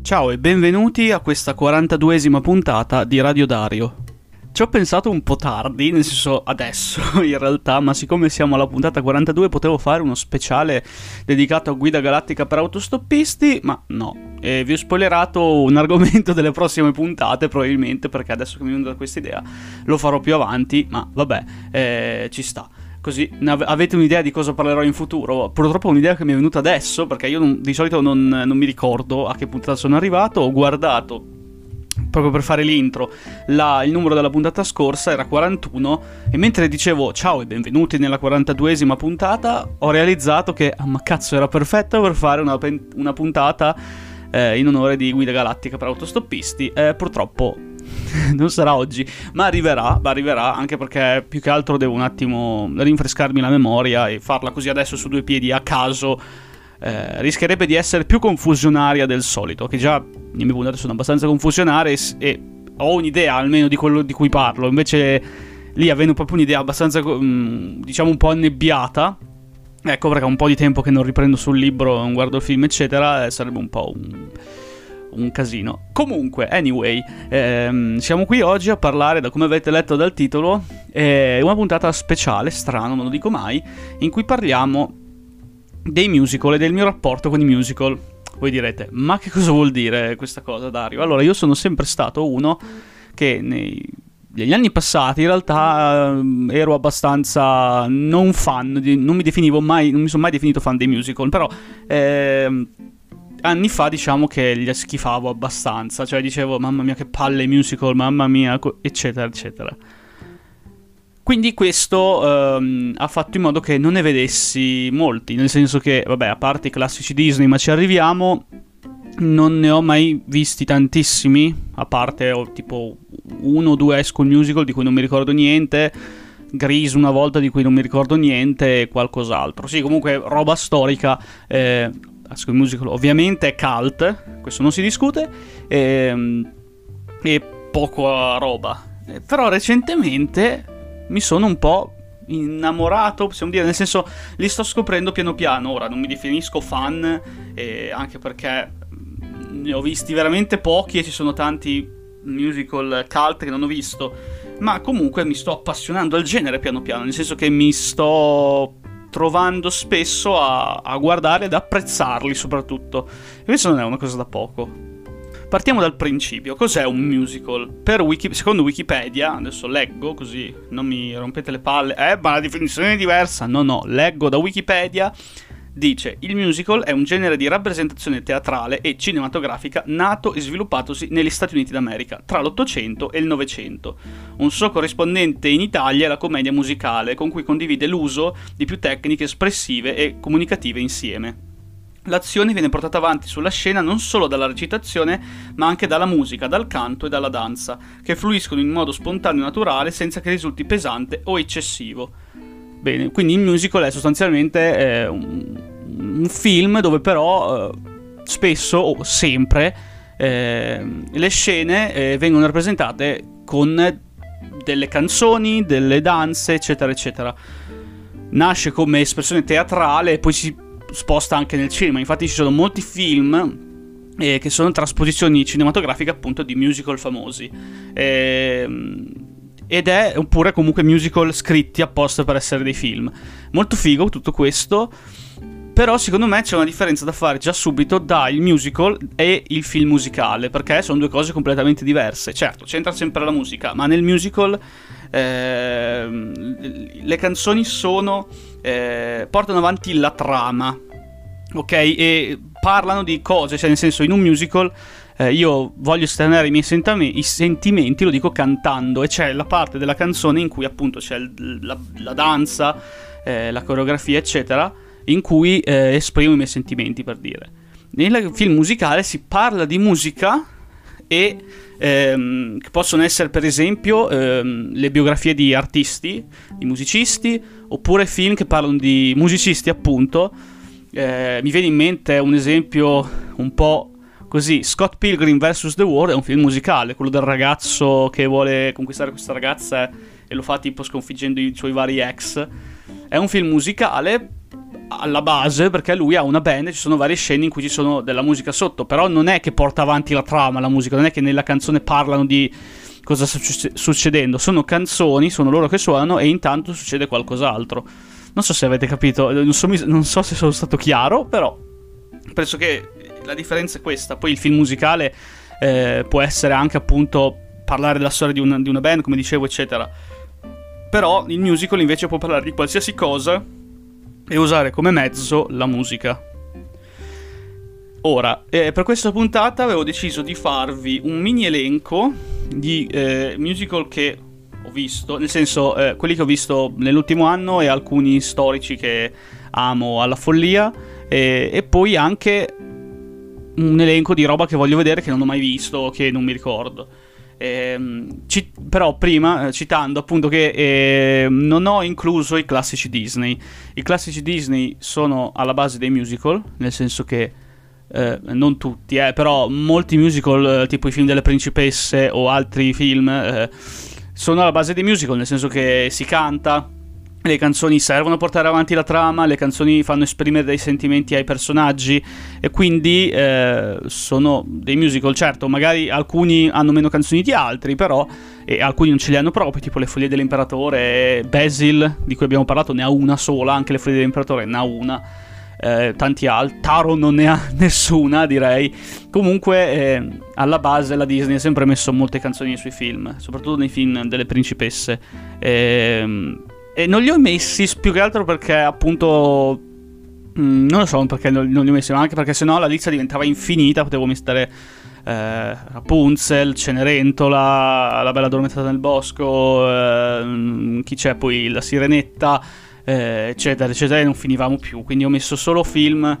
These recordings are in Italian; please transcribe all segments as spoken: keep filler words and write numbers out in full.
Ciao e benvenuti a questa quarantaduesima puntata di Radio Dario. Ci ho pensato un po' tardi, nel senso adesso in realtà, ma siccome siamo alla puntata quarantadue potevo fare uno speciale dedicato a guida galattica per autostoppisti, ma no. E vi ho spoilerato un argomento delle prossime puntate probabilmente, perché adesso che mi è venuta questa idea lo farò più avanti, ma vabbè, eh, ci sta. Così avete un'idea di cosa parlerò in futuro. Purtroppo è un'idea che mi è venuta adesso, perché io non, di solito non, non mi ricordo a che puntata sono arrivato. Ho guardato, proprio per fare l'intro, la, il numero della puntata scorsa era quarantuno, e mentre dicevo ciao e benvenuti nella quarantaduesima puntata, ho realizzato che, ah, ma cazzo, era perfetto per fare una, una puntata eh, in onore di Guida Galattica per autostoppisti. Eh, purtroppo non sarà oggi, ma arriverà, ma arriverà, anche perché più che altro devo un attimo rinfrescarmi la memoria, e farla così adesso su due piedi a caso eh, rischierebbe di essere più confusionaria del solito, che già le mie puntate sono abbastanza confusionarie e, e ho un'idea almeno di quello di cui parlo. Invece lì, avendo proprio un'idea abbastanza mh, diciamo un po' annebbiata, ecco perché è un po' di tempo che non riprendo sul libro, non guardo film eccetera, eh, sarebbe un po' un... un casino. Comunque, anyway, ehm, siamo qui oggi a parlare, da come avete letto dal titolo, è una puntata speciale, strano, non lo dico mai, in cui parliamo dei musical e del mio rapporto con i musical. Voi direte, ma che cosa vuol dire questa cosa, Dario? Allora, io sono sempre stato uno che nei... negli anni passati in realtà eh, ero abbastanza non fan, di, non mi definivo mai, non mi sono mai definito fan dei musical, però... Eh, anni fa diciamo che li schifavo abbastanza, cioè dicevo mamma mia che palle musical, mamma mia, eccetera eccetera. Quindi questo ehm, ha fatto in modo che non ne vedessi molti, nel senso che, vabbè, a parte i classici Disney, ma ci arriviamo, non ne ho mai visti tantissimi, a parte ho tipo uno o due High School Musical di cui non mi ricordo niente, Grease una volta di cui non mi ricordo niente, e qualcos'altro. Sì, comunque roba storica. eh, School Musical ovviamente è cult, questo non si discute, e, e poco roba. E, però recentemente mi sono un po' innamorato, possiamo dire, nel senso li sto scoprendo piano piano. Ora non mi definisco fan, eh, anche perché ne ho visti veramente pochi e ci sono tanti musical cult che non ho visto, ma comunque mi sto appassionando al genere piano piano, nel senso che mi sto trovando spesso a, a guardare ed apprezzarli soprattutto. E questo non è una cosa da poco. Partiamo dal principio. Cos'è un musical? Per Wiki, secondo Wikipedia, adesso leggo così non mi rompete le palle, eh ma la definizione è diversa. No no, leggo da Wikipedia. Dice: il musical è un genere di rappresentazione teatrale e cinematografica nato e sviluppatosi negli Stati Uniti d'America tra l'Ottocento e il Novecento. Un suo corrispondente in Italia è la commedia musicale, con cui condivide l'uso di più tecniche espressive e comunicative insieme. L'azione viene portata avanti sulla scena non solo dalla recitazione, ma anche dalla musica, dal canto e dalla danza, che fluiscono in modo spontaneo e naturale senza che risulti pesante o eccessivo. Bene, quindi il musical è sostanzialmente eh, un, un film dove però eh, spesso o sempre eh, le scene eh, vengono rappresentate con delle canzoni, delle danze, eccetera eccetera. Nasce come espressione teatrale e poi si sposta anche nel cinema. Infatti ci sono molti film eh, che sono trasposizioni cinematografiche appunto di musical famosi. Ehm... Ed è oppure comunque musical scritti apposta per essere dei film. Molto figo tutto questo. Però secondo me c'è una differenza da fare già subito da il musical e il film musicale, perché sono due cose completamente diverse. Certo, c'entra sempre la musica, ma nel musical eh, le canzoni sono eh, portano avanti la trama, ok? E parlano di cose, cioè nel senso, in un musical Eh, io voglio esternare i miei sentami- i sentimenti, lo dico cantando, e c'è la parte della canzone in cui appunto c'è l- la-, la danza, eh, la coreografia eccetera, in cui eh, esprimo i miei sentimenti, per dire. Nel film musicale si parla di musica e ehm, che possono essere per esempio ehm, le biografie di artisti, di musicisti, oppure film che parlano di musicisti appunto. Eh, mi viene in mente un esempio un po' così: Scott Pilgrim versus The World è un film musicale, quello del ragazzo che vuole conquistare questa ragazza e lo fa tipo sconfiggendo i suoi vari ex. è un film musicale alla base, perché lui ha una band e ci sono varie scene in cui ci sono della musica sotto, però non è che porta avanti la trama la musica, non è che nella canzone parlano di cosa sta succedendo, sono canzoni, sono loro che suonano e intanto succede qualcos'altro. Non so se avete capito, non so, non so se sono stato chiaro, però penso che la differenza è questa. Poi il film musicale eh, può essere anche appunto parlare della storia di una, di una band, come dicevo, eccetera, però il musical invece può parlare di qualsiasi cosa e usare come mezzo la musica. Ora, eh, per questa puntata avevo deciso di farvi un mini elenco di eh, musical che ho visto, nel senso eh, quelli che ho visto nell'ultimo anno e alcuni storici che amo alla follia, e, e poi anche un elenco di roba che voglio vedere che non ho mai visto, che non mi ricordo. Eh, ci, però prima, eh, citando appunto che eh, non ho incluso i classici Disney. I classici Disney sono alla base dei musical, nel senso che eh, non tutti, eh, però molti musical, eh, tipo i film delle principesse o altri film, eh, sono alla base dei musical, nel senso che si canta, le canzoni servono a portare avanti la trama, le canzoni fanno esprimere dei sentimenti ai personaggi e quindi eh, sono dei musical. Certo, magari alcuni hanno meno canzoni di altri, però e alcuni non ce li hanno proprio, tipo Le Follie dell'Imperatore, Basil, di cui abbiamo parlato, ne ha una sola, anche Le Follie dell'Imperatore ne ha una, eh, tanti altri, Taro non ne ha nessuna, direi. Comunque eh, alla base la Disney ha sempre messo molte canzoni nei suoi film, soprattutto nei film delle principesse. Ehm... E non li ho messi più che altro perché appunto mh, non lo so perché non, non li ho messi, ma anche perché sennò la lista diventava infinita. Potevo mettere eh, Rapunzel, Cenerentola, La Bella Addormentata nel Bosco, eh, chi c'è poi, La Sirenetta, eh, eccetera eccetera, e non finivamo più. Quindi ho messo solo film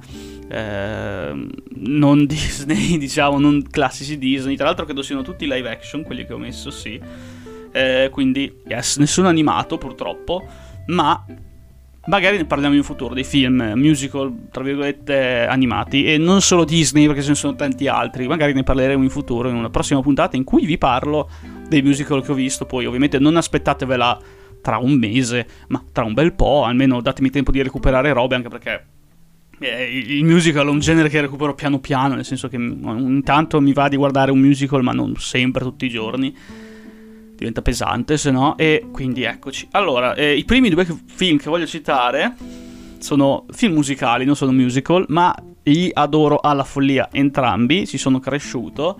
eh, non Disney, diciamo, non classici Disney. Tra l'altro credo siano tutti live action quelli che ho messo, sì. Eh, quindi, yes, nessuno animato purtroppo, ma magari ne parliamo in futuro dei film musical, tra virgolette, animati, e non solo Disney, perché ce ne sono tanti altri. Magari ne parleremo in futuro, in una prossima puntata in cui vi parlo dei musical che ho visto. Poi ovviamente non aspettatevela tra un mese, ma tra un bel po', almeno datemi tempo di recuperare robe, anche perché eh, il musical è un genere che recupero piano piano, nel senso che intanto mi va di guardare un musical, ma non sempre, tutti i giorni. Diventa pesante, se no. E quindi eccoci. Allora, eh, i primi due film che voglio citare sono film musicali, non sono musical, ma li adoro alla follia entrambi. Ci sono cresciuto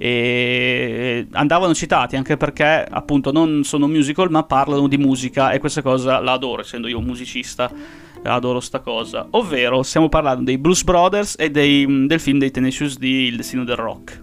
e andavano citati anche perché appunto non sono musical, ma parlano di musica, e questa cosa la adoro, essendo io un musicista. Adoro sta cosa. Ovvero, stiamo parlando dei Blues Brothers e dei, del film dei Tenacious D, Il destino del rock.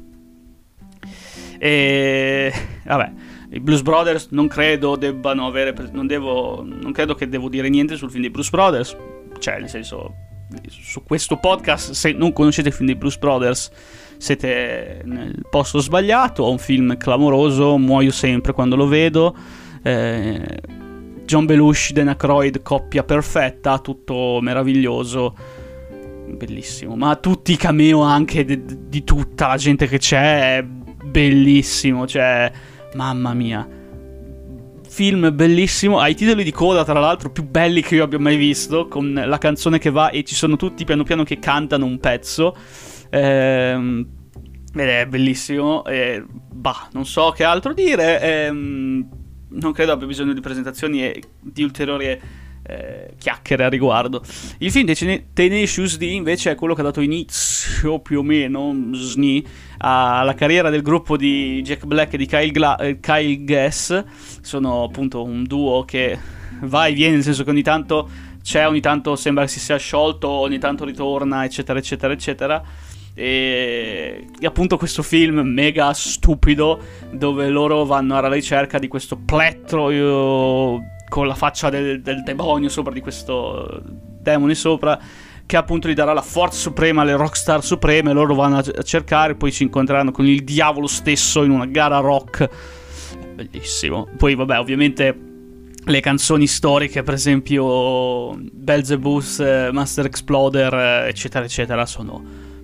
E vabbè, i Blues Brothers non credo debbano avere, non devo, non credo che devo dire niente sul film dei Blues Brothers. Cioè, nel senso, su questo podcast, se non conoscete il film dei Blues Brothers, siete nel posto sbagliato. È un film clamoroso, muoio sempre quando lo vedo. eh, John Belushi, Dan Aykroyd, coppia perfetta, tutto meraviglioso, bellissimo. Ma tutti i cameo anche di, di tutta la gente che c'è, è bellissimo, cioè mamma mia, film bellissimo, ai titoli di coda tra l'altro più belli che io abbia mai visto, con la canzone che va e ci sono tutti piano piano che cantano un pezzo, ehm, ed è bellissimo. E bah, non so che altro dire, ehm, non credo abbia bisogno di presentazioni e di ulteriori eh, chiacchiere a riguardo. Il film dei Tenacious D invece è quello che ha dato inizio più o meno sni alla carriera del gruppo di Jack Black e di Kyle, Gla- eh, Kyle Gass. Sono appunto un duo che va e viene, nel senso che ogni tanto c'è, ogni tanto sembra che si sia sciolto, ogni tanto ritorna, eccetera eccetera eccetera. E, e appunto questo film mega stupido dove loro vanno alla ricerca di questo plettro io, con la faccia del, del demonio sopra, di questo demone sopra, che appunto gli darà la forza suprema, le rockstar supreme. Loro vanno a cercare, poi si incontreranno con il diavolo stesso in una gara rock. Bellissimo. Poi vabbè, ovviamente le canzoni storiche, per esempio Beelzebub, Master Exploder, eccetera eccetera, sono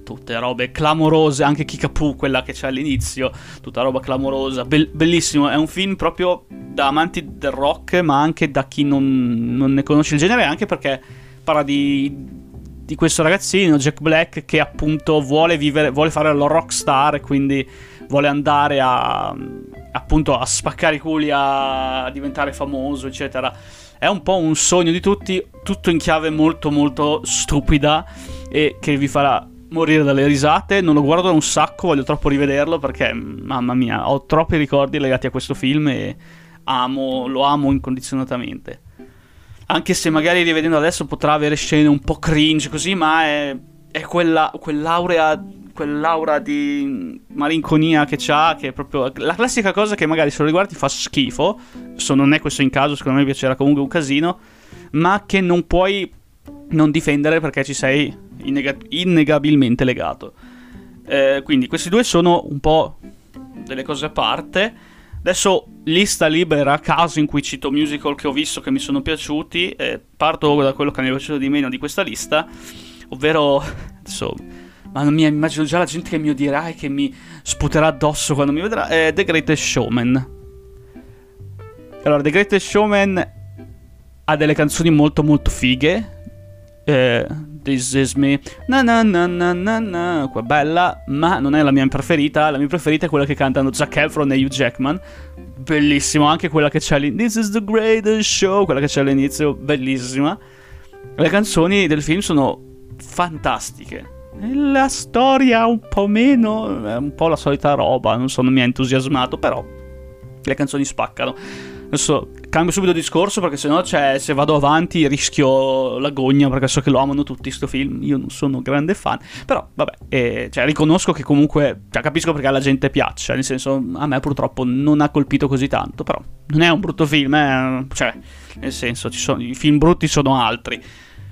tutte robe clamorose, anche Kickapoo, quella che c'è all'inizio, tutta roba clamorosa, Be- bellissimo, è un film proprio da amanti del rock, ma anche da chi non, non ne conosce il genere, anche perché parla di, di questo ragazzino, Jack Black, che appunto vuole vivere, vuole fare lo rockstar, e quindi vuole andare a, appunto, a spaccare i culi, a diventare famoso, eccetera. È un po' un sogno di tutti, tutto in chiave molto molto stupida, e che vi farà morire dalle risate. Non lo guardo da un sacco, voglio troppo rivederlo, perché mamma mia, ho troppi ricordi legati a questo film e amo, lo amo incondizionatamente. Anche se magari rivedendo adesso potrà avere scene un po' cringe così, ma è, è quella, quell'aurea, quell'aura di malinconia che c'ha, che è proprio la classica cosa che magari se lo riguardi fa schifo. So, non è questo in caso, secondo me piacerà comunque un casino, ma che non puoi non difendere perché ci sei innega- innegabilmente legato. Eh, quindi questi due sono un po' delle cose a parte. Adesso lista libera, caso in cui cito musical che ho visto che mi sono piaciuti. Eh, parto da quello che mi è piaciuto di meno di questa lista, ovvero adesso, ma non mi immagino già la gente che mi odierà e che mi sputerà addosso quando mi vedrà. È The Greatest Showman. Allora, The Greatest Showman ha delle canzoni molto molto fighe. Eh, This is me, na na na na na na, qua bella, ma non è la mia preferita. La mia preferita è quella che cantano Zac Efron e Hugh Jackman, bellissimo. Anche quella che c'è all'inizio, This is the greatest show, quella che c'è all'inizio, bellissima. Le canzoni del film sono fantastiche. La storia un po' meno, è un po' la solita roba, non so, non mi ha entusiasmato, però le canzoni spaccano. Adesso cambio subito discorso, perché sennò, cioè, se vado avanti rischio l'agonia, perché so che lo amano tutti sto film. Io non sono un grande fan, però vabbè, eh, cioè, riconosco che comunque, cioè, capisco perché alla gente piaccia, nel senso, a me purtroppo non ha colpito così tanto, però non è un brutto film, eh, cioè, nel senso, ci sono, i film brutti sono altri.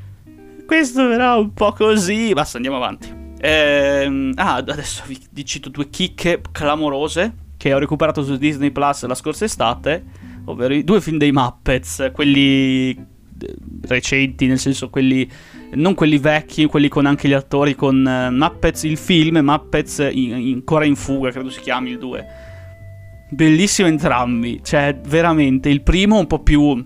Questo era un po' così, basta, andiamo avanti. Ehm, ah, adesso vi, vi cito due chicche clamorose che ho recuperato su Disney Plus la scorsa estate, ovvero i due film dei Muppets, quelli recenti, nel senso quelli, non quelli vecchi, quelli con anche gli attori, con uh, Muppets il film e Muppets in, in, ancora in fuga, credo si chiami il due. Bellissimi entrambi, cioè veramente il primo un po' più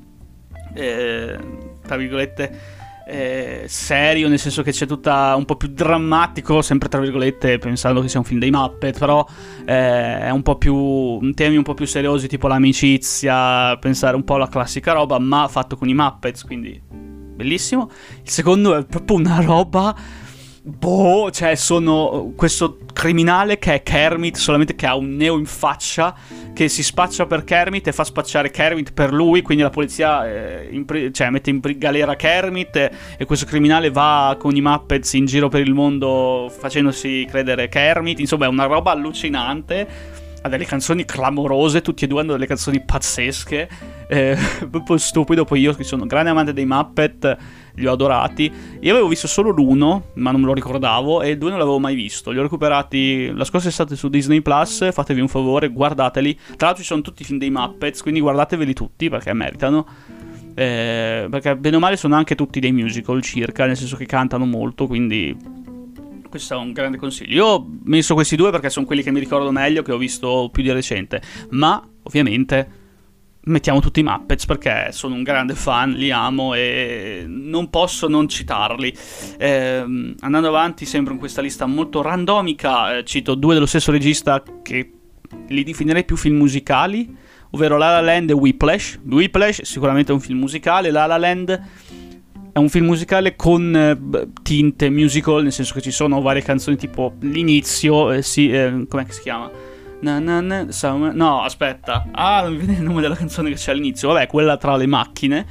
eh, tra virgolette eh, serio, nel senso che c'è tutta un po' più drammatico, sempre tra virgolette, pensando che sia un film dei Muppet, però eh, è un po' più temi un po' più seriosi, tipo l'amicizia, pensare un po' alla classica roba, ma fatto con i Muppets, quindi bellissimo. Il secondo è proprio una roba, boh, cioè sono questo criminale che è Kermit, solamente che ha un neo in faccia, che si spaccia per Kermit e fa spacciare Kermit per lui, quindi la polizia eh, in pri- cioè mette in pri- galera Kermit, e, e questo criminale va con i Muppets in giro per il mondo facendosi credere Kermit. Insomma, è una roba allucinante, ha delle canzoni clamorose, tutti e due hanno delle canzoni pazzesche, eh, proprio stupido. Poi io, che sono un grande amante dei Muppet, li ho adorati. Io avevo visto solo l'uno, ma non me lo ricordavo, e il due non l'avevo mai visto. Li ho recuperati la scorsa estate su Disney Plus. Fatevi un favore, guardateli. Tra l'altro ci sono tutti i film dei Muppets, quindi guardateveli tutti perché meritano, eh, perché bene o male sono anche tutti dei musical circa, nel senso che cantano molto, quindi questo è un grande consiglio. Io ho messo questi due perché sono quelli che mi ricordo meglio, che ho visto più di recente, ma ovviamente mettiamo tutti i Muppets perché sono un grande fan, li amo e non posso non citarli. Eh, andando avanti sempre in questa lista molto randomica, eh, cito due dello stesso regista che li definirei più film musicali, ovvero La La Land e Whiplash. Whiplash sicuramente è un film musicale, La La Land è un film musicale con eh, tinte musical, nel senso che ci sono varie canzoni, tipo l'inizio, eh, sì, eh, com'è che si chiama? Na na na, no, aspetta. Ah, non mi viene il nome della canzone che c'è all'inizio. Vabbè, quella tra le macchine.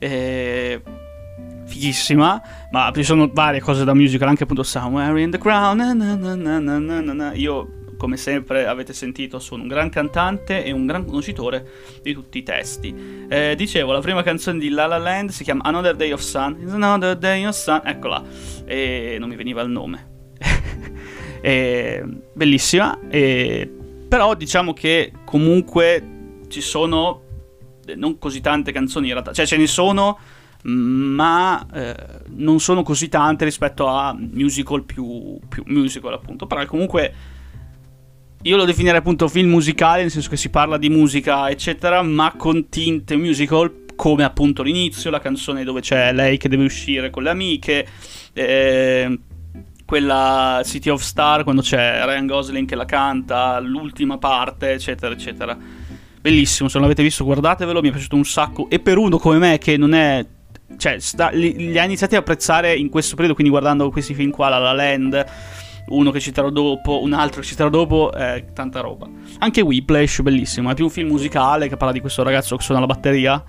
Eh, fighissima. Ma ci sono varie cose da musical, anche appunto Somewhere in the Crowd. Na na na na na na na. Io, come sempre avete sentito, sono un gran cantante e un gran conoscitore di tutti i testi. Eh, dicevo, la prima canzone di La La Land si chiama Another Day of Sun. It's another day of sun. Eccola. E non mi veniva il nome. E, bellissima. E però diciamo che comunque ci sono non così tante canzoni in realtà, cioè ce ne sono, ma eh, non sono così tante rispetto a musical più, più musical, appunto. Però comunque io lo definirei appunto film musicale, nel senso che si parla di musica eccetera, ma con tinte musical, come appunto l'inizio, la canzone dove c'è lei che deve uscire con le amiche, eh, quella City of Star quando c'è Ryan Gosling che la canta, l'ultima parte eccetera eccetera. Bellissimo, se non l'avete visto guardatevelo, mi è piaciuto un sacco. E per uno come me che non è, cioè sta, li, li ha iniziati a apprezzare in questo periodo, quindi guardando questi film qua, La La Land, uno che citerò dopo, un altro che citerò dopo, eh, tanta roba. Anche Whiplash, bellissimo, è più un film musicale che parla di questo ragazzo che suona la batteria.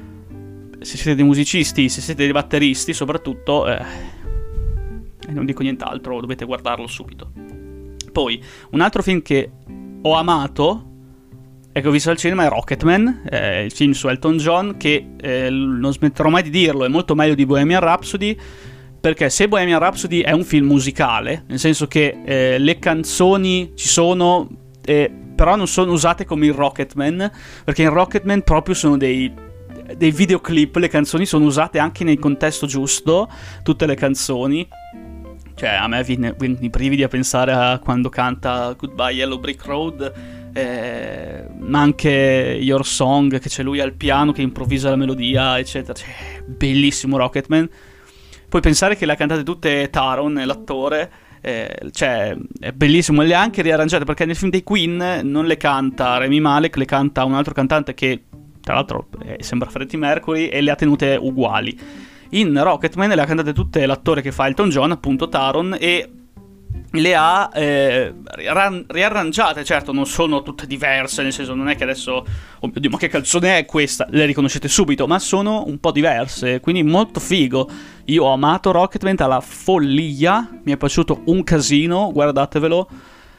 Se siete dei musicisti, se siete dei batteristi soprattutto, eh, e non dico nient'altro, dovete guardarlo subito. Poi, un altro film che ho amato e che ho visto al cinema è Rocketman, eh, il film su Elton John, che eh, non smetterò mai di dirlo, è molto meglio di Bohemian Rhapsody. Perché se Bohemian Rhapsody è un film musicale, nel senso che eh, le canzoni ci sono, eh, però non sono usate come in Rocketman, perché in Rocketman proprio sono dei, dei videoclip, le canzoni sono usate anche nel contesto giusto, tutte le canzoni. Cioè a me viene, viene i brividi a pensare a quando canta Goodbye Yellow Brick Road, eh, ma anche Your Song, che c'è lui al piano che improvvisa la melodia, eccetera. Cioè, bellissimo Rocketman. Puoi pensare che le ha cantate tutte Taron, l'attore, eh, cioè è bellissimo, le ha anche riarrangiate, perché nel film dei Queen non le canta Rami Malek, le canta un altro cantante che tra l'altro eh, sembra Freddie Mercury, e le ha tenute uguali. In Rocketman le ha cantate tutte l'attore che fa Elton John, appunto Taron, e le ha eh, riarrangiate. Certo non sono tutte diverse, nel senso non è che adesso oh mio Dio ma che canzone è questa, le riconoscete subito, ma sono un po' diverse, quindi molto figo. Io ho amato Rocketman alla follia, mi è piaciuto un casino, guardatevelo.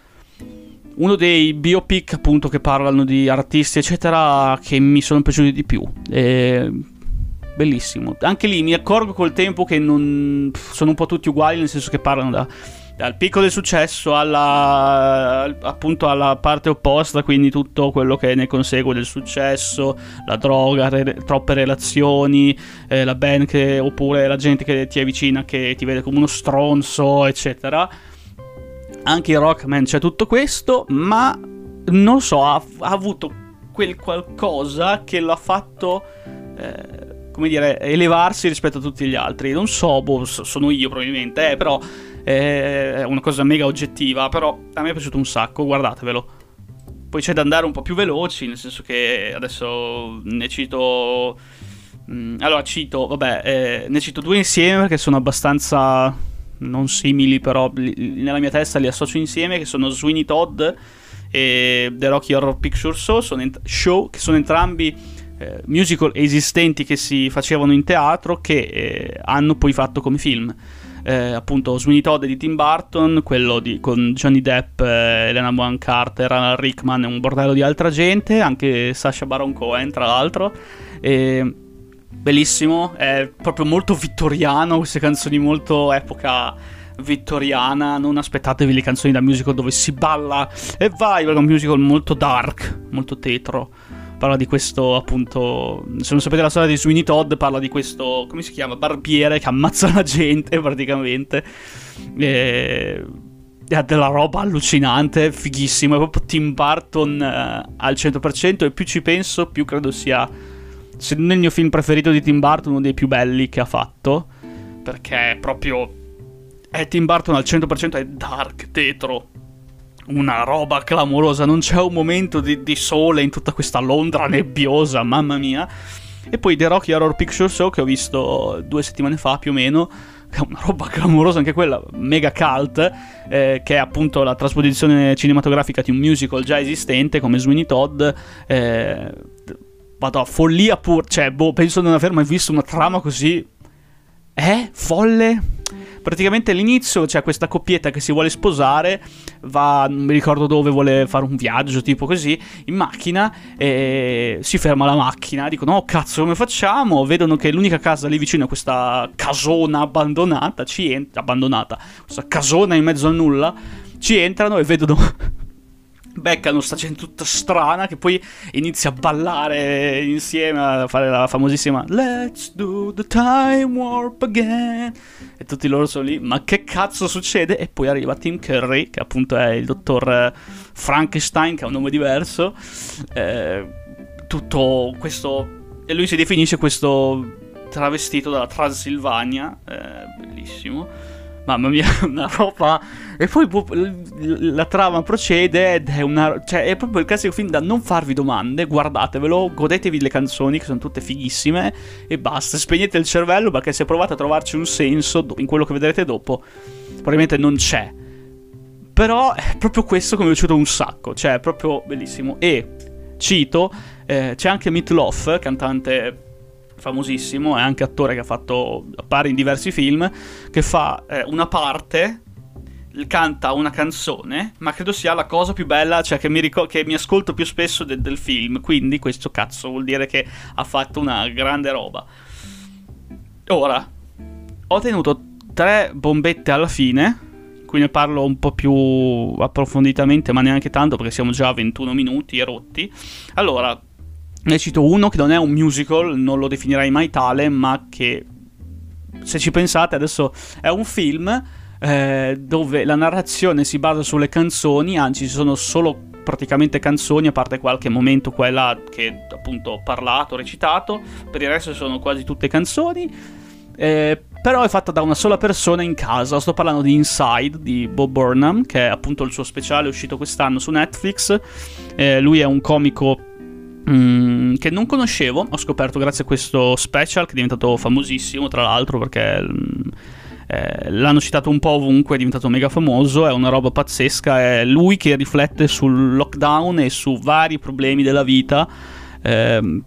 Uno dei biopic appunto che parlano di artisti eccetera che mi sono piaciuti di più, e bellissimo. Anche lì mi accorgo col tempo che non sono un po' tutti uguali, nel senso che parlano da dal picco del successo alla appunto alla parte opposta, quindi tutto quello che ne consegue del successo, la droga, re, troppe relazioni, eh, la band che, oppure la gente che ti è vicina che ti vede come uno stronzo eccetera. Anche in Rocketman c'è tutto questo, ma non so, ha, ha avuto quel qualcosa che l'ha fatto eh, come dire, elevarsi rispetto a tutti gli altri. Non so, boh, sono io probabilmente, eh, però è una cosa mega oggettiva, però a me è piaciuto un sacco, guardatevelo. Poi c'è da andare un po' più veloci, nel senso che adesso ne cito mh, allora cito, vabbè, eh, ne cito due insieme perché sono abbastanza non simili, però li, nella mia testa li associo insieme, che sono Sweeney Todd e The Rocky Horror Picture Show, sono ent- show che sono entrambi eh, musical esistenti che si facevano in teatro, che eh, hanno poi fatto come film. Eh, appunto Sweeney Todd di Tim Burton, quello di, con Johnny Depp, eh, Helena Bonham Carter, Alan Rickman e un bordello di altra gente, anche Sacha Baron Cohen tra l'altro, e bellissimo, è proprio molto vittoriano, queste canzoni molto epoca vittoriana. Non aspettatevi le canzoni da musical dove si balla e vai, perché è un musical molto dark, molto tetro. Parla di questo, appunto, se non sapete la storia di Sweeney Todd, parla di questo, come si chiama, barbiere che ammazza la gente praticamente, e ha della roba allucinante, fighissimo, è proprio Tim Burton eh, al cento per cento, e più ci penso più credo sia, se non è il mio film preferito di Tim Burton, uno dei più belli che ha fatto, perché è proprio, è Tim Burton al cento per cento, è dark, tetro, una roba clamorosa, non c'è un momento di, di sole in tutta questa Londra nebbiosa, mamma mia. E poi The Rocky Horror Picture Show, che ho visto due settimane fa più o meno, che è una roba clamorosa anche quella, mega cult, eh, che è appunto la trasposizione cinematografica di un musical già esistente come Sweeney Todd. eh, vado a follia pur, cioè boh, penso di non aver mai visto una trama così eh, folle. Praticamente all'inizio c'è questa coppietta che si vuole sposare, va, non mi ricordo dove, vuole fare un viaggio tipo così, in macchina, e si ferma la macchina, dicono oh cazzo come facciamo, vedono che l'unica casa lì vicino è questa casona abbandonata, ci entra, abbandonata, questa casona in mezzo al nulla, ci entrano e vedono beccano sta gente tutta strana che poi inizia a ballare insieme, a fare la famosissima Let's do the time warp again, e tutti loro sono lì, ma che cazzo succede? E poi arriva Tim Curry, che appunto è il dottor Frankenstein, che ha un nome diverso, eh, tutto questo, e lui si definisce questo travestito dalla Transilvania, eh, bellissimo. Mamma mia, una roba. E poi la trama procede ed è una. Cioè, è proprio il classico film da non farvi domande. Guardatevelo, godetevi le canzoni che sono tutte fighissime. E basta, spegnete il cervello, perché se provate a trovarci un senso in quello che vedrete dopo, probabilmente non c'è. Però è proprio questo che mi è piaciuto un sacco. Cioè, è proprio bellissimo. E cito, eh, c'è anche Meat Loaf, cantante famosissimo, è anche attore che ha fatto, appare in diversi film, che fa eh, una parte, canta una canzone, ma credo sia la cosa più bella, cioè che mi, ricor- che mi ascolto più spesso de- del film, quindi questo cazzo vuol dire che ha fatto una grande roba. Ora, ho tenuto tre bombette alla fine, qui ne parlo un po' più approfonditamente, ma neanche tanto, perché siamo già a ventuno minuti e rotti. Allora, ne cito uno che non è un musical, non lo definirei mai tale, ma che, se ci pensate, adesso è un film eh, dove la narrazione si basa sulle canzoni, anzi ci sono solo praticamente canzoni, a parte qualche momento qua e là che appunto ho parlato, recitato, per il resto sono quasi tutte canzoni, eh, però è fatta da una sola persona in casa. Sto parlando di Inside di Bo Burnham, che è appunto il suo speciale uscito quest'anno su Netflix. Eh, lui è un comico Mm, che non conoscevo, ho scoperto grazie a questo special, che è diventato famosissimo tra l'altro, perché mm, eh, l'hanno citato un po' ovunque, è diventato mega famoso, è una roba pazzesca, è lui che riflette sul lockdown e su vari problemi della vita, eh,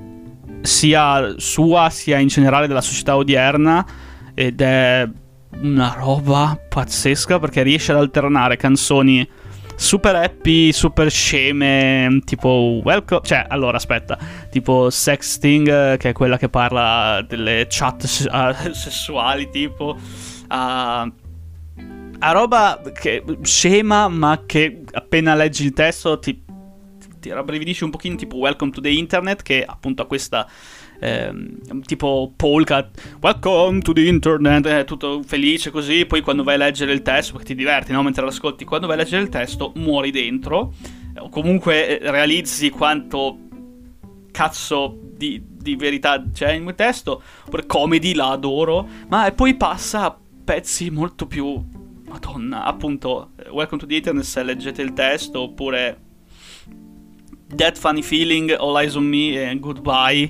sia sua sia in generale della società odierna, ed è una roba pazzesca perché riesce ad alternare canzoni super happy, super sceme, tipo Welcome, cioè, allora aspetta, tipo Sexting, che è quella che parla delle chat uh, sessuali, tipo a uh, a roba che scema, ma che appena leggi il testo ti, ti rabbrividisci un pochino, tipo Welcome to the Internet, che appunto ha questa ehm, tipo polka, Welcome to the Internet, è tutto felice così. Poi quando vai a leggere il testo, perché ti diverti, no? Mentre l'ascolti, quando vai a leggere il testo muori dentro, o comunque realizzi quanto cazzo di, di verità c'è in quel testo. Oppure comedy, la adoro, ma poi passa a pezzi molto più, madonna, appunto Welcome to the Internet, se leggete il testo, oppure That Funny Feeling, All Eyes on Me e Goodbye,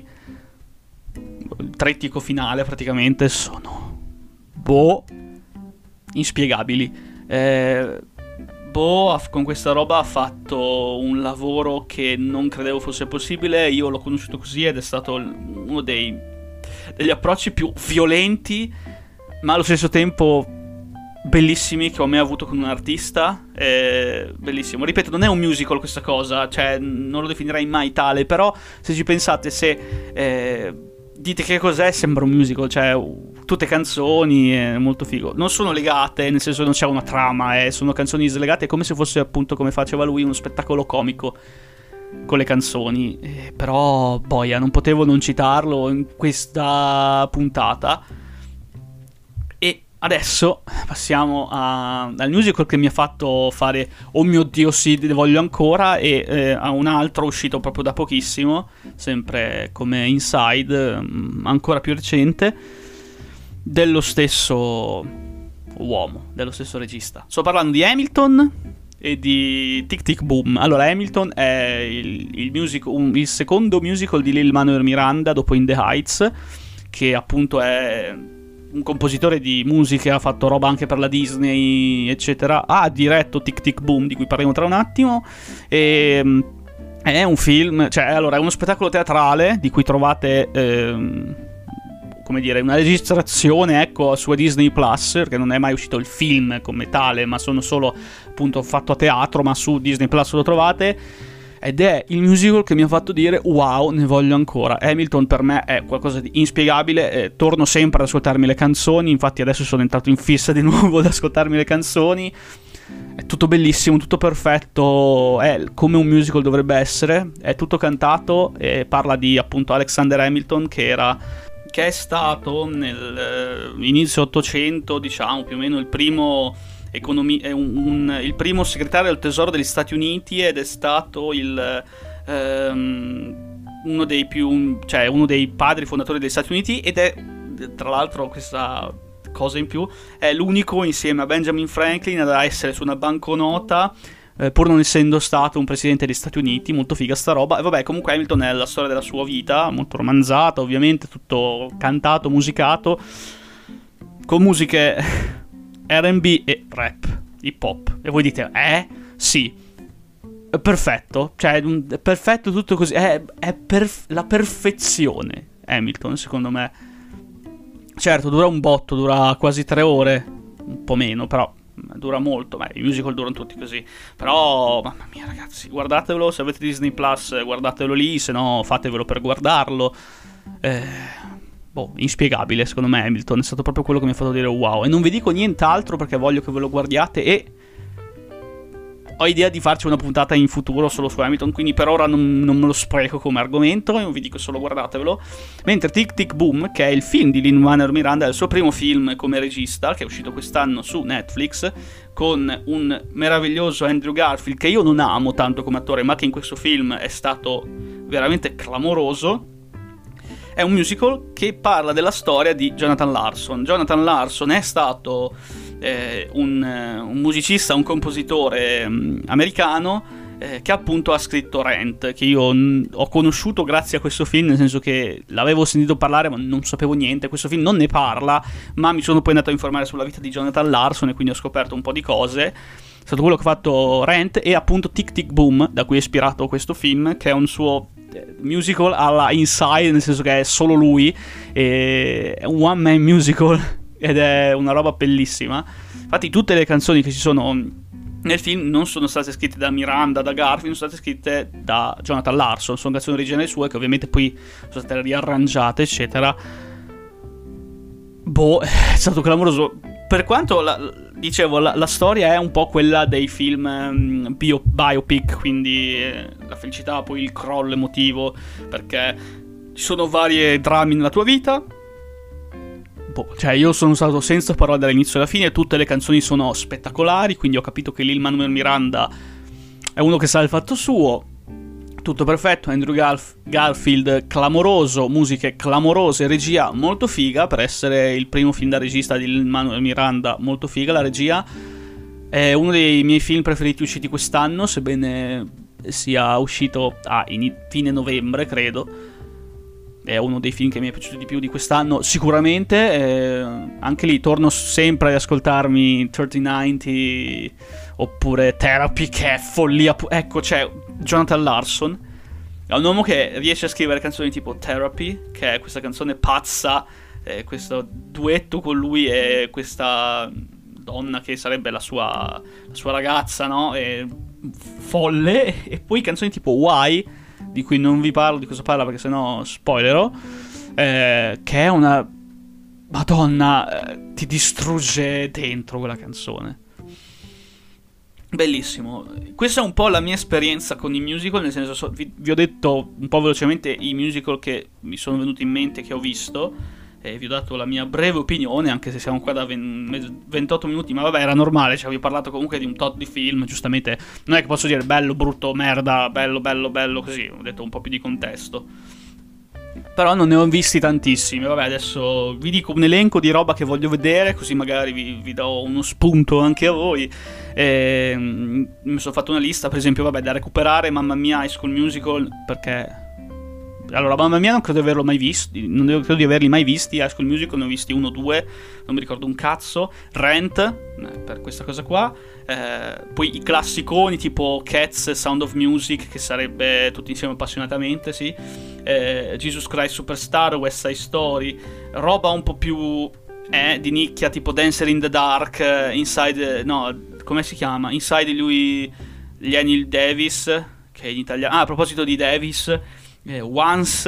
il trittico finale praticamente, sono boh, inspiegabili. eh, Boh con questa roba ha fatto un lavoro che non credevo fosse possibile. Io l'ho conosciuto così ed è stato uno dei degli approcci più violenti, ma allo stesso tempo bellissimi, che ho mai avuto con un artista. È bellissimo, ripeto, non è un musical questa cosa, cioè non lo definirei mai tale, però se ci pensate, se eh, dite che cos'è, sembra un musical, cioè uh, tutte canzoni, è molto figo, non sono legate, nel senso non c'è una trama, eh, sono canzoni slegate, è come se fosse appunto, come faceva lui, uno spettacolo comico con le canzoni. Eh, però boia, non potevo non citarlo in questa puntata. E adesso passiamo a, al musical che mi ha fatto fare oh mio Dio sì, ne voglio ancora, e eh, a un altro uscito proprio da pochissimo, sempre come Inside, ancora più recente, dello stesso uomo, dello stesso regista. Sto parlando di Hamilton e di Tic Tic Boom. Allora, Hamilton è il, il, musical, un, il secondo musical di Lin-Manuel Miranda dopo In the Heights, che appunto è un compositore di musiche, ha fatto roba anche per la Disney, eccetera. Ha diretto Tic Tic Boom, di cui parleremo tra un attimo. E è un film, cioè, allora, è uno spettacolo teatrale di cui trovate ehm, come dire, una registrazione, ecco, su Disney Plus, perché non è mai uscito il film come tale, ma sono solo appunto fatto a teatro, ma su Disney Plus lo trovate. Ed è il musical che mi ha fatto dire wow, ne voglio ancora. Hamilton per me è qualcosa di inspiegabile, eh, torno sempre ad ascoltarmi le canzoni, infatti adesso sono entrato in fissa di nuovo ad ascoltarmi le canzoni. è tutto bellissimo, tutto perfetto, è come un musical dovrebbe essere, è tutto cantato e parla di appunto Alexander Hamilton che era che è stato nel uh, inizio Ottocento, diciamo più o meno il primo economi- un, un, il primo segretario del tesoro degli Stati Uniti, ed è stato il um, uno dei più cioè uno dei padri fondatori degli Stati Uniti, ed è tra l'altro, questa cosa in più, è l'unico insieme a Benjamin Franklin ad essere su una banconota, eh, pur non essendo stato un presidente degli Stati Uniti. Molto figa sta roba. E vabbè, comunque Hamilton è la storia della sua vita, molto romanzata ovviamente, tutto cantato, musicato, con musiche R and B e rap, hip hop. E voi dite, eh? Sì, è perfetto, cioè è perfetto tutto così, è, è perf- la perfezione Hamilton, secondo me. Certo, dura un botto, dura quasi tre ore, un po' meno, però dura molto. Beh, i musical durano tutti così. Però, mamma mia ragazzi, guardatevelo, se avete Disney Plus, guardatevelo lì, se no fatevelo per guardarlo. Eh, boh, inspiegabile, secondo me Hamilton, è stato proprio quello che mi ha fatto dire wow. E non vi dico nient'altro perché voglio che ve lo guardiate, e ho idea di farci una puntata in futuro solo su Hamilton, quindi per ora non, non me lo spreco come argomento, non vi dico solo guardatevelo. Mentre Tic Tic Boom, che è il film di Lin-Manuel Miranda, è il suo primo film come regista, che è uscito quest'anno su Netflix, con un meraviglioso Andrew Garfield, che io non amo tanto come attore, ma che in questo film è stato veramente clamoroso. È un musical che parla della storia di Jonathan Larson. Jonathan Larson è stato eh, un, un musicista, un compositore um, americano eh, che appunto ha scritto Rent, che io n- ho conosciuto grazie a questo film, nel senso che l'avevo sentito parlare ma non sapevo niente. Questo film non ne parla, ma mi sono poi andato a informare sulla vita di Jonathan Larson e quindi ho scoperto un po' di cose. È stato quello che ha fatto Rent e appunto Tic Tic Boom, da cui è ispirato questo film, che è un suo musical alla Inside, nel senso che è solo lui, è un one man musical ed è una roba bellissima. Infatti tutte le canzoni che ci sono nel film non sono state scritte da Miranda, da Garfield, sono state scritte da Jonathan Larson, sono canzoni originali sue che ovviamente poi sono state riarrangiate eccetera. Boh, è stato clamoroso. Per quanto la, dicevo la, la storia è un po' quella dei film um, bio, biopic, quindi eh, la felicità, poi il crollo emotivo, perché ci sono varie drammi nella tua vita. Boh, cioè io sono stato senza parole dall'inizio alla fine, tutte le canzoni sono spettacolari, quindi ho capito che Lin-Manuel Miranda è uno che sa il fatto suo. Tutto perfetto, Andrew Garf- Garfield clamoroso, musiche clamorose, regia molto figa per essere il primo film da regista di Lin-Manuel Miranda, molto figa la regia. È uno dei miei film preferiti usciti quest'anno, sebbene sia uscito a in- fine novembre credo. È uno dei film che mi è piaciuto di più di quest'anno sicuramente. Eh, anche lì torno sempre ad ascoltarmi trenta novanta oppure Therapy, che è follia pu- ecco, c'è Jonathan Larson, è un uomo che riesce a scrivere canzoni tipo Therapy, che è questa canzone pazza, eh, questo duetto con lui e questa donna che sarebbe la sua, la sua ragazza, no? E folle. E poi canzoni tipo Why, di cui non vi parlo di cosa parla perché sennò spoilerò, eh, che è una madonna, eh, ti distrugge dentro quella canzone. Bellissimo. Questa è un po' la mia esperienza con i musical, nel senso so, vi, vi ho detto un po' velocemente i musical che mi sono venuti in mente, che ho visto, e vi ho dato la mia breve opinione, anche se siamo qua da ventotto minuti, ma vabbè, era normale, cioè vi ho parlato comunque di un tot di film, giustamente non è che posso dire bello, brutto, merda, bello, bello, bello, così, ho detto un po' più di contesto. Però non ne ho visti tantissimi. Vabbè, adesso vi dico un elenco di roba che voglio vedere, così magari vi, vi do uno spunto anche a voi. E, mi sono fatto una lista, per esempio, vabbè, da recuperare Mamma Mia, High School Musical, perché... Allora, Mamma Mia non credo di averlo mai visto, non credo di averli mai visti. High School Musical ne ho visti uno o due, non mi ricordo un cazzo. Rent, eh, per questa cosa qua. Eh, poi i classiconi tipo Cats, Sound of Music, che sarebbe tutti insieme appassionatamente, sì. Eh, Jesus Christ Superstar, West Side Story. Roba un po' più eh, di nicchia, tipo Dancer in the Dark, eh, Inside, no, come si chiama? Inside lui, gli Anil Davis, che in italiano... Ah, a proposito di Davis... Eh, Once,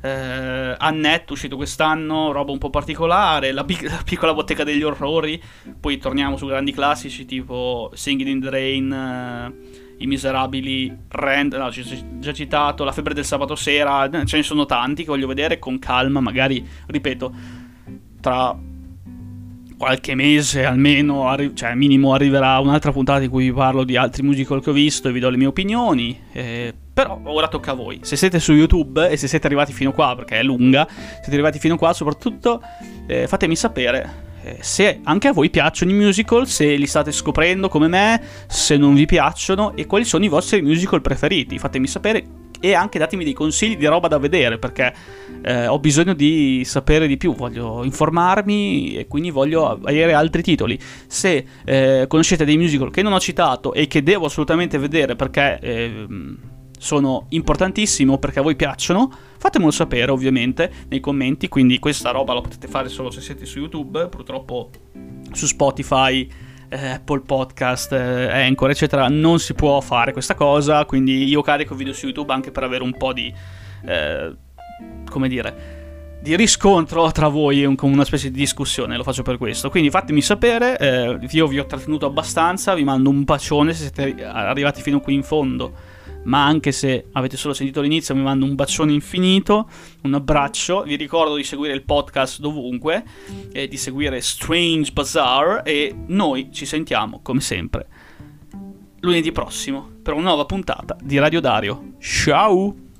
eh, Annette uscito quest'anno, roba un po' particolare, la, pic- la piccola bottega degli orrori, poi torniamo su grandi classici tipo Singing in the Rain, eh, I Miserabili, Rent, no, ci ho già citato, La febbre del sabato sera, ce ne sono tanti che voglio vedere con calma, magari, ripeto, tra qualche mese almeno, arri- cioè minimo arriverà un'altra puntata in cui vi parlo di altri musical che ho visto e vi do le mie opinioni, eh, però ora tocca a voi. Se siete su YouTube e se siete arrivati fino qua, perché è lunga, siete arrivati fino qua, soprattutto eh, fatemi sapere eh, se anche a voi piacciono i musical, se li state scoprendo come me, se non vi piacciono e quali sono i vostri musical preferiti. Fatemi sapere e anche datemi dei consigli di roba da vedere, perché eh, ho bisogno di sapere di più, voglio informarmi e quindi voglio avere altri titoli. Se eh, conoscete dei musical che non ho citato e che devo assolutamente vedere perché eh, sono importantissimi o perché a voi piacciono, fatemelo sapere ovviamente nei commenti. Quindi questa roba la potete fare solo se siete su YouTube, purtroppo su Spotify, Apple Podcast, Anchor eccetera non si può fare questa cosa, quindi io carico video su YouTube anche per avere un po' di eh, come dire di riscontro tra voi, con una specie di discussione, lo faccio per questo, quindi fatemi sapere. eh, io vi ho trattenuto abbastanza, vi mando un bacione se siete arrivati fino qui in fondo, ma anche se avete solo sentito l'inizio vi mando un bacione infinito, un abbraccio. Vi ricordo di seguire il podcast dovunque e di seguire Strange Bazaar, e noi ci sentiamo come sempre lunedì prossimo per una nuova puntata di Radio Dario. Ciao!